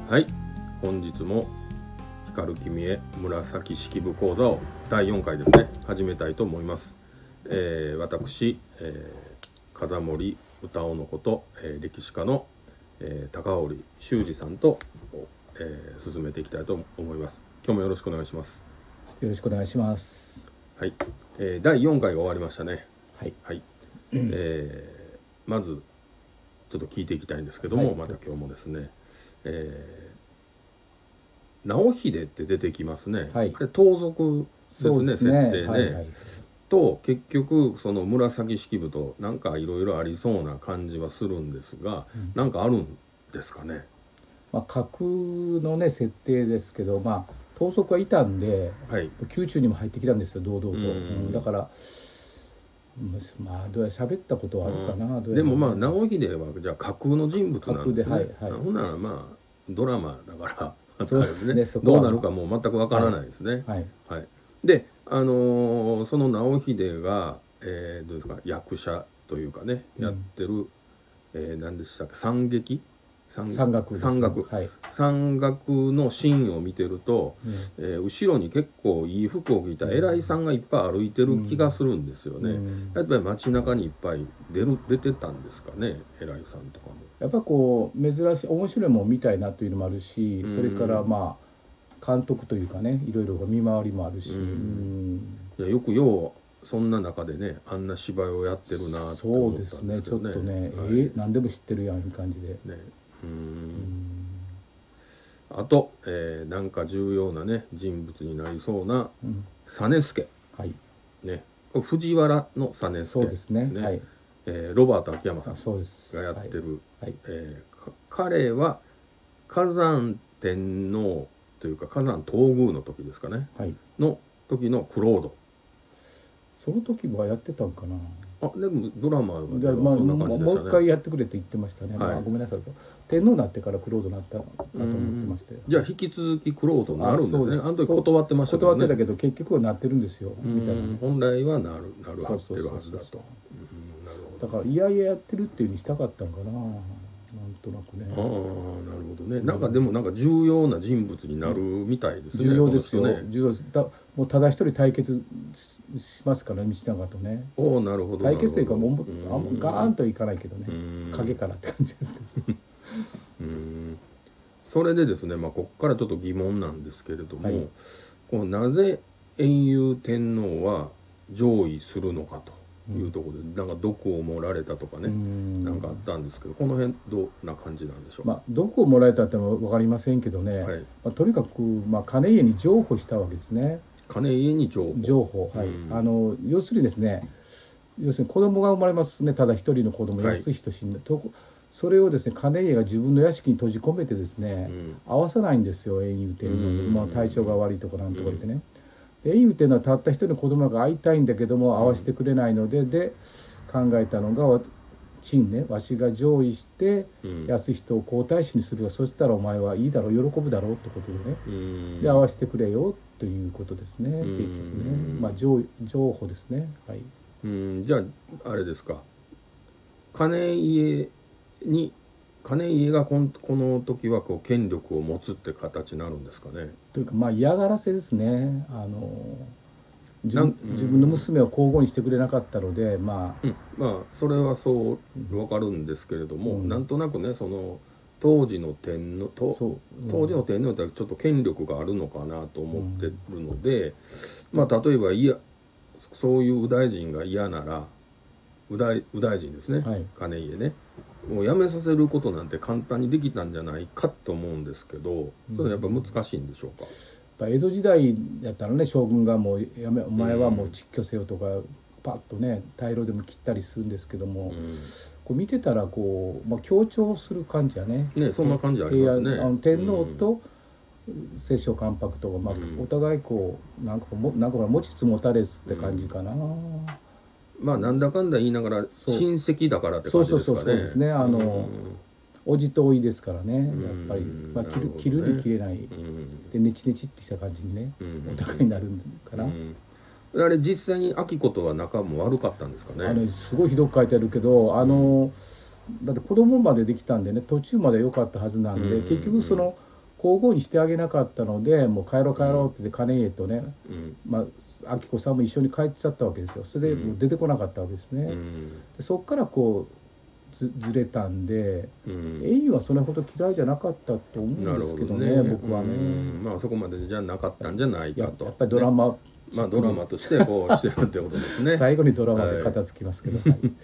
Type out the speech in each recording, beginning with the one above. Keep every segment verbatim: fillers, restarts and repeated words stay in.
はい、本日も光る君へ紫式部講座をだいよんかいですね始めたいと思います。えー、私、えー、風森歌男のこと、えー、歴史家の、えー、高堀修二さんと、えー、進めていきたいと思います。今日もよろしくお願いします。 よろしくお願いします。 はい、えー、だいよんかいが終わりましたね。 はい、 はい、えー、まずちょっと聞いていきたいんですけども、はい、また今日もですね、えー、直秀って出てきますね、はい、あれ盗賊ですね、設定ね、はいはい、と結局その紫式部となんかいろいろありそうな感じはするんですが、うん、なんかあるんですかね。 まあ、架空のね設定ですけど、まあ盗賊はいたんで、はい、宮中にも入ってきたんですよ、堂々と、うん、だからまあどうやら喋ったことはあるかな、うん、どうやらでもまあ直秀はじゃあ架空の人物なんですね。はいはい、ほんならまあドラマだからそうですね、そこはどうなるかもう全くわからないですね。はいはいはい、で、あのー、その直秀が、えー、どうですか、役者というかね、うん、やってる、えー、何でしたっけ、惨劇山岳です、ね、山岳、はい、山岳のシーンを見てると、うん、えー、後ろに結構いい服を着た偉いさんがいっぱい歩いてる気がするんですよね。うん、やっぱり街中にいっぱい出る出てたんですかね、偉いさんとかも。やっぱこう珍しい面白いもん見たいなというのもあるし、うん、それからまあ監督というかね、いろいろ見回りもあるし、うん、 いやよくようそんな中でねあんな芝居をやってるなって思ったんですけどね。 そうですね、ちょっとね、はい、えー、何でも知ってるやんいう感じで、ね、 うんあと、えー、なんか重要なね人物になりそうな実助、うん、はいね、藤原の実助ですね。そうですね、はい、えー、ロバート秋山さんがやってる、はいはい、えー、彼は火山天皇というか火山東宮の時ですかね、はい、の時のクロード。 その時はやってたんかな。 あ、でもドラマはそんな感じでしたね。もう一回やってくれって言ってましたね、はい、まあ、ごめんなさい、天皇になってからクロードになったかと思ってましたよ。 じゃあ引き続きクロードになるんですね。あの時断ってましたけどね。 断ってたけど結局はなってるんですよみたいな、ね、 本来はなるなるはってるはずだと。 だからいやいややってるっていうにしたかったんかな、なんとなくね。 ああ、なるほどね。なんかでもなんか重要な人物になるみたいですね。 重要ですよ、ね、重要です。だもうただ一人対決しますから、道長とね。 おお、なるほど。 対決というかもうあガーンといかないけどね、影からって感じですけどうん、それでですね、まあ、ここからちょっと疑問なんですけれども、はい、こうなぜ円融天皇は上位するのかというところで、うん、なんか毒を盛られたとかね、なんかあったんですけど、この辺どんな感じなんでしょう。 まあ、毒を盛られたってのは分かりませんけどね、はい、まあ、とにかく、まあ、金家に譲歩したわけですね。 金家に譲歩、 譲歩、はい、あの要するにですね、要するに子供が生まれますね、ただ一人の子供、はい、安い人死んだと、それをですね金家が自分の屋敷に閉じ込めてですね、うん、合わさないんですよ、円融天皇に、まあ、体調が悪いとかなんとか言ってね、うん、円融天皇はたった一人の子供が会いたいんだけども会わせてくれないので、うん、で考えたのが陳ね、わしが上位して安い人を皇太子にするが、そしたらお前はいいだろう、喜ぶだろうってことでね、うん、で会わせてくれよということですね、うん、結局ね、まあ譲歩ですね、はい、 うん、じゃああれですか、金家に金家がこの、この時はこう権力を持つって形になるんですかね。 というかまあ嫌がらせですね。あの自 分, 自分の娘を皇后にしてくれなかったので、まあ、 うん、まあそれはそう分かるんですけれども、うん、なんとなくね、その当時の天皇と、うん、当時の天皇ってちょっと権力があるのかなと思ってるので、うん、まあ例えばいやそういう右大臣が嫌なら右 大, 右大臣ですね、はい、金家ね、もう辞めさせることなんて簡単にできたんじゃないかと思うんですけど、それはやっぱ難しいんでしょうか。 うん、江戸時代やったらね、将軍がもうやめお前はもう蟄居せよとか、うん、パッとね大老でも切ったりするんですけども、うん、こう見てたらこう、まあ、強調する感じはね、 ね、そんな感じありますね。 あの天皇と摂政関白とか、まあ、お互いこうなんかもなんか持ちつ持たれつって感じかな。うん、 まあなんだかんだ言いながら親戚だからって感じですかね。そうそうそうそうですね。あの、うん、おじとおいですからね、やっぱり、まあ、切る、切るに切れない、うん、でネチネチってした感じにね、うん、お互いになるんかな。うん、 あれ実際に明子とは仲も悪かったんですかね。 あれすごいひどく書いてあるけど、あの、うん、だって子供までできたんでね、途中まで良かったはずなんで、うん、結局その交互にしてあげなかったのでもう帰ろう帰ろうって言って金家とね、うん、まあ明子さんも一緒に帰っちゃったわけですよ。それでもう出てこなかったわけですね、うん、でそっからこう ず, ずれたんで、うん、エイはそれほど嫌いじゃなかったと思うんですけど ね, どね僕はね、うん、 まあそこまでじゃなかったんじゃないかと。 や, やっぱりドラマ、ね、 まあドラマとしてこうしてるってことですね最後にドラマで片付きますけど、はいはい、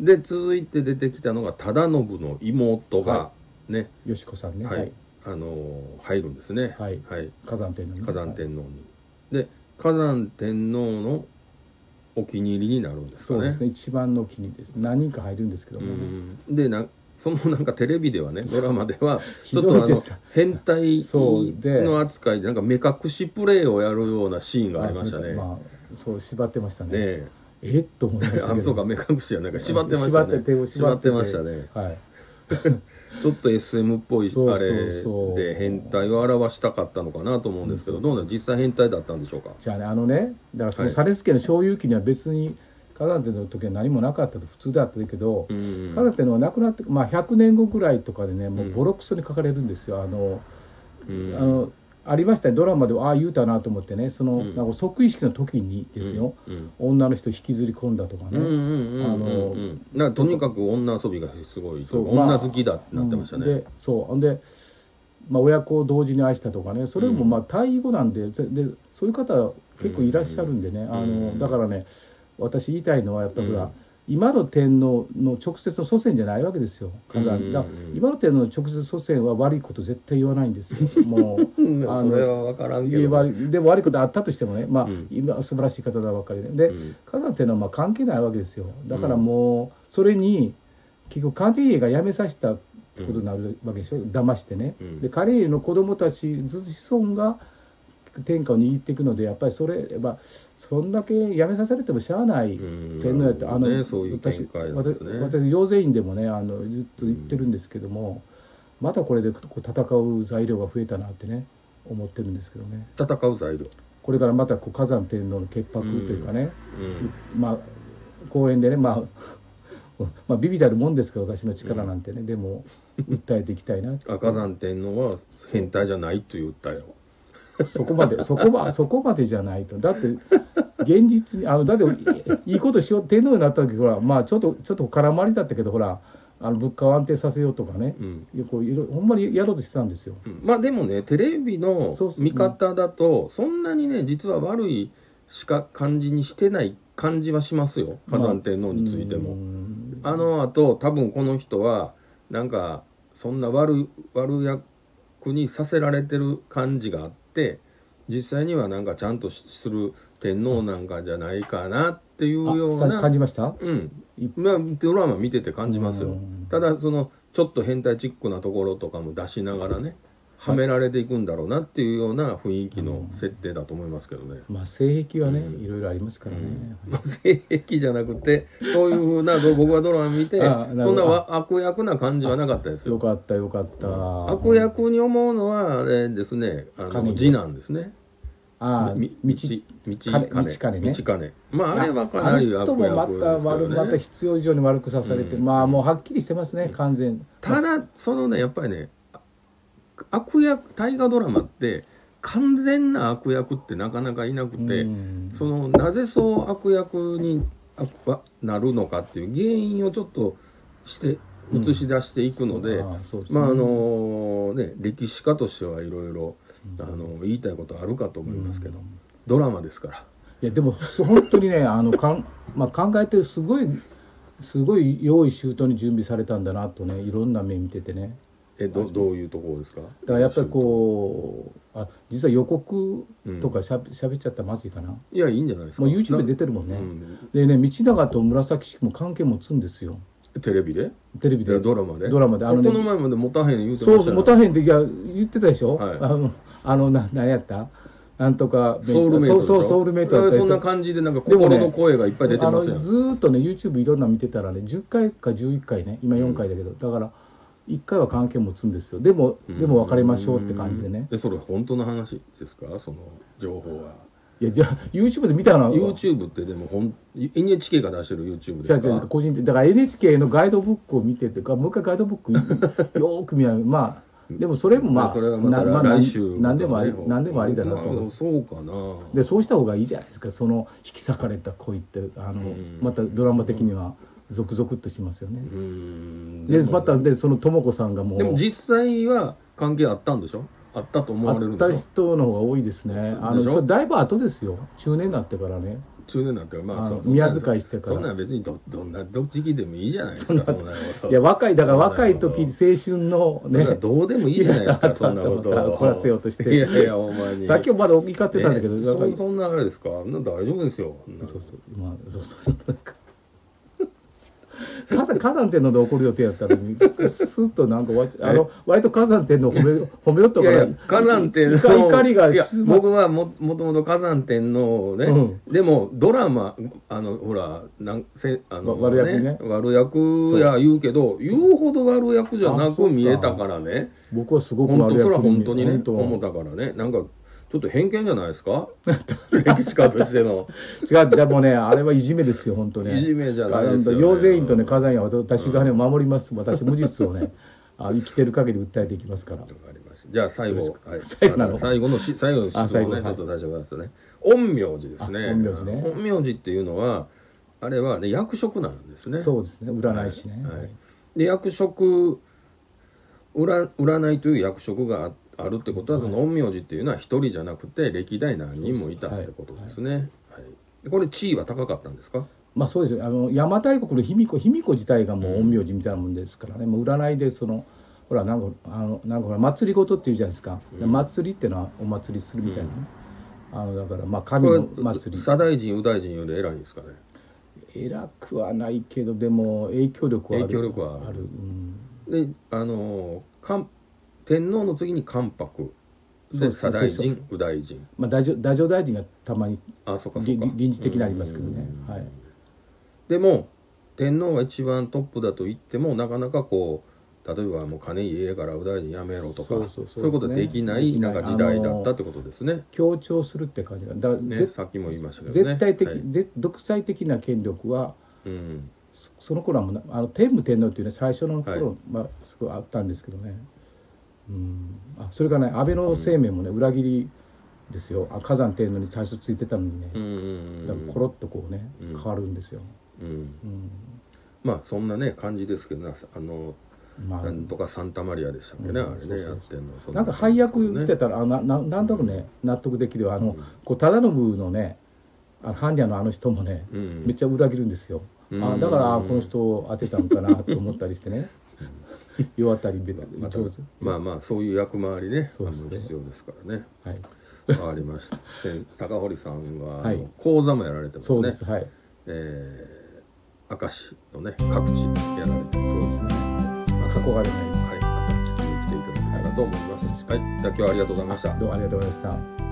で続いて出てきたのが忠信の妹がね、はい、 よし子さんね、 はいはい、あの入るんですね、 はいはい、火山天皇に火山天皇に、はい、で火山天皇のお気に入りになるんですかね。 そうですね、一番のお気に入りです。何人か入るんですけども、ね、 うんでなそのなんかテレビではねドラマではちょっとあの変態の扱いでなんか目隠しプレイをやるようなシーンがありましたね。 まあ、そう縛ってましたね。 ねえっと思いましたけどあそうか目隠しやなんか縛ってましたね。 縛って手を縛ってましたね。 はいちょっと エスエム っぽいあれで変態を表したかったのかなと思うんですけど、どうなの実際変態だったんでしょうか。 じゃあねあのねだからその実家の小遊記には別に火山天皇の時は何もなかったと普通だったけど、うんうん、火山天皇は亡くなって、まあ、ひゃくねんごぐらいとかでねもうボロクソに書かれるんですよ。あの、うん、あのありましたねドラマでああ言うたなと思ってねその、うん、なんか即位式の時にですよ、うんうん、女の人引きずり込んだとかねとにかく女遊びがすごい女好きだってなってましたね、 うん、でそうで、まあ、親子を同時に愛したとかねそれもまあ大義語なんで、うん、でそういう方結構いらっしゃるんでね、うん、あのだからね私言いたいのはやっぱりほら、うん今の天皇の直接の祖先じゃないわけですよ火山、うんうん、だ今の天皇の直接祖先は悪いこと絶対言わないんですよもうあのそれは分からんけど、 ね、でも悪いことあったとしてもねまあ、うん、今素晴らしい方だばかりでで、うん、火山天皇はまあ関係ないわけですよ。だからもうそれに結局カレーが辞めさせたってことになるわけでしょ、うん、騙してね、うん、でカレーの子供たち子孫が天下を握っていくのでやっぱりそれはそんだけやめさせられてもしゃあない天皇やって、あの、ね、そういう見解なんですね。私行政院でもねあのずっと言ってるんですけども、うん、またこれでこう戦う材料が増えたなってね思ってるんですけどね。 戦う材料これからまたこう火山天皇の潔白というかね、うんうん、まあ公園でねまあまあビビたるもんですけど私の力なんてね、うん、でも訴えていきたいな火山天皇は変態じゃないと言ったよそこまでそこまそこまでじゃないと。だって現実にあのだっていいことしよう天皇になった時ほらまあちょっとちょっと空回りだったけどほらあの物価を安定させようとかね、うん、こういろほんまにやろうとしてたんですよ、 うん、まあでもねテレビの見方だとそんなにね実は悪いしか感じにしてない感じはしますよ火山天皇についても、まあ、あのあと多分この人はなんかそんな悪い悪役にさせられてる感じがあって実際にはなんかちゃんとする天皇なんかじゃないかなっていうような感じました。 うん、まあドラマ見てて感じますよ。ただそのちょっと変態チックなところとかも出しながらねはめられていくんだろうなっていうような雰囲気の設定だと思いますけどね。 まあ性癖はね、うん、いろいろありますからね、 うんまあ、性癖じゃなくてそういうふうな僕はドラマ見てそんな悪役な感じはなかったですよ。 よかったよかった、うん、 悪役に思うのはあれですねあの次男ですね。 ああ、道道金ね。 道金。まああれはかなり悪役ですけどね。あの人もまた悪また必要以上に悪くさされて、うん、まあもうはっきりしてますね、うん、完全。 ただそのねやっぱりね悪役大河ドラマって完全な悪役ってなかなかいなくて、うん、そのなぜそう悪役になるのかっていう原因をちょっとして映し出していくので、まああのね歴史家としてはいろいろ。あの言いたいことあるかと思いますけど、うん、ドラマですから。 いやでも本当にねあのかん、まあ、考えてるすごいすごい用意周到に準備されたんだなとねいろんな目見ててね。 え ど, どういうところですか。だからやっぱりこうあ実は予告とかしゃ、うん、しゃべっちゃったらまずいかな。 いやいいんじゃないですか。 もう YouTube で出てるもんね、うん、でね道長と紫式も関係持つんですよ。 テレビでテレビでドラマでドラマであの、ね、 この前まで持たへん言うてましたよ。 そう持たへんってじゃ言ってたでしょ、はい、あのあのな何やったなんとかソウルメイトでしょ。 そうソウルメイトだったりそんな感じでなんか心の声がいっぱい出てますよ、ね、 あのずーっとね YouTube いろんな見てたらねじゅっかいかじゅういっかいね今よんかいだけど、うん、だからいっかいは関係持つんですよ。でもでも別れましょうって感じでね。 でそれ本当の話ですかその情報は。 いやじゃあ YouTube で見たの YouTube ってでもほん エヌエイチケー が出してる YouTube ですか。 じゃあ個人的だから エヌエイチケー のガイドブックを見ててかもう一回ガイドブックよーく見ないまあでもそれもまあそれはまた来週、 まあ、何でもあり何でもありだなと、 まあ、そうかな。 でそうした方がいいじゃないですか。その引き裂かれた恋ってあの、うん、またドラマ的にはゾクゾクっとしますよね。うん、でまたでその智子さんがもうでも実際は関係あったんでしょ。あったと思われるんでしょ。 あった人の方が多いですね。あのそれだいぶ後ですよ。中年になってからね。 中年になってからまあそう宮遣いしてから。 そんな別に ど, どんなどっちきでもいいじゃないですか。そんないや若いだから若い時青春のねどうでもいいじゃないですか。そんなことを怒らせようとして。 いやいやお前に。 さっきもまだ怒ってたんだけど。 そ, そんなあれですか。大丈夫ですよ。 そうそうまあそうそうなんか。火山火山天皇で怒る予定やったのにスッとなんかあの割と火山天皇褒め褒めよったから。いやいや火山天皇怒りがいや僕は も, もともと火山天皇ね、うん、でもドラマあのほらなんせあの、ね、 悪役ね悪役や言うけど言うほど悪役じゃなく見えたからね。 僕はすごく悪役にそれは本当にね思ったからねなんか。ちょっと偏見じゃないですか歴史家としての違うでもねあれはいじめですよ本当ねいじめじゃないですよ、ね、 養成員とね火山や私がね守ります私無実をねあ生きてる限り訴えていきますから。わかりました。じゃあ最後、はい、 最後なの最後のし最後の質問をね、はい、ちょっと最初からですね陰陽師ですね。 陰陽師ね陰陽師っていうのはあれはね役職なんですね。 そうですね占い師ね、 はいはい、で役職占占いという役職があってあるってことはその陰陽師っていうのは一人じゃなくて歴代何人もいたってことですね。はいはい、これ地位は高かったんですか。 まあそうですよ。あの邪馬台国の卑弥呼卑弥呼自体がもう陰陽師みたいなもんですからね、うん、もう占いでそのほらなんかあのなんかほら祭り事っていうじゃないですか、うん、祭りっていうのはお祭りするみたいなね、うん、あのだからまあ神の祭り。 左大臣右大臣より偉いんですかね。 偉くはないけどでも影響力はある。 影響力はある、うん、であのか天皇の次に関白で左大臣右大臣、 まあ、太政大臣がたまにあそうかそうか臨時的にありますけどね、はい、 でも天皇が一番トップだと言ってもなかなかこう例えばもう金家から右大臣やめろとかそうそうそう、ね、そういうことできないなんか時代だったってことですね。 強調するって感じだだ、 ね、さっきも言いましたけどね絶対的、はい、独裁的な権力は、うん、その頃はもうあの天武天皇っていうね最初の頃、はいまあ、すごいあったんですけどね。うん、あそれからね安倍の生命もね、うん、裏切りですよ。火山天皇に最初ついてたのにね、うんうんうん、だからコロッとこうね、うん、変わるんですよ、うんうん、 まあそんなね感じですけど、ね、あの、まあ、なんとかサンタマリアでしたっけね、うん、あれねやってんのそんな、なんか配役見てたらあなななんとなくね納得できるあの、うん、こう忠信のね般若のあの人もね、うん、めっちゃ裏切るんですよ、うん、あだからあこの人を当てたんかなと思ったりしてね世渡り上手、 まあまあそういう役回りねそうですね必要ですからね。はい、分かりました。坂堀さんは、はい、講座もやられてますね。 そうです、はい、 えー、明石のね各地やられてそうですね。まあ、憧れないです。 はい、また聞きに来ていただけたらと思います。はい、じゃあ今日はありがとうございました。 どうもありがとうございました。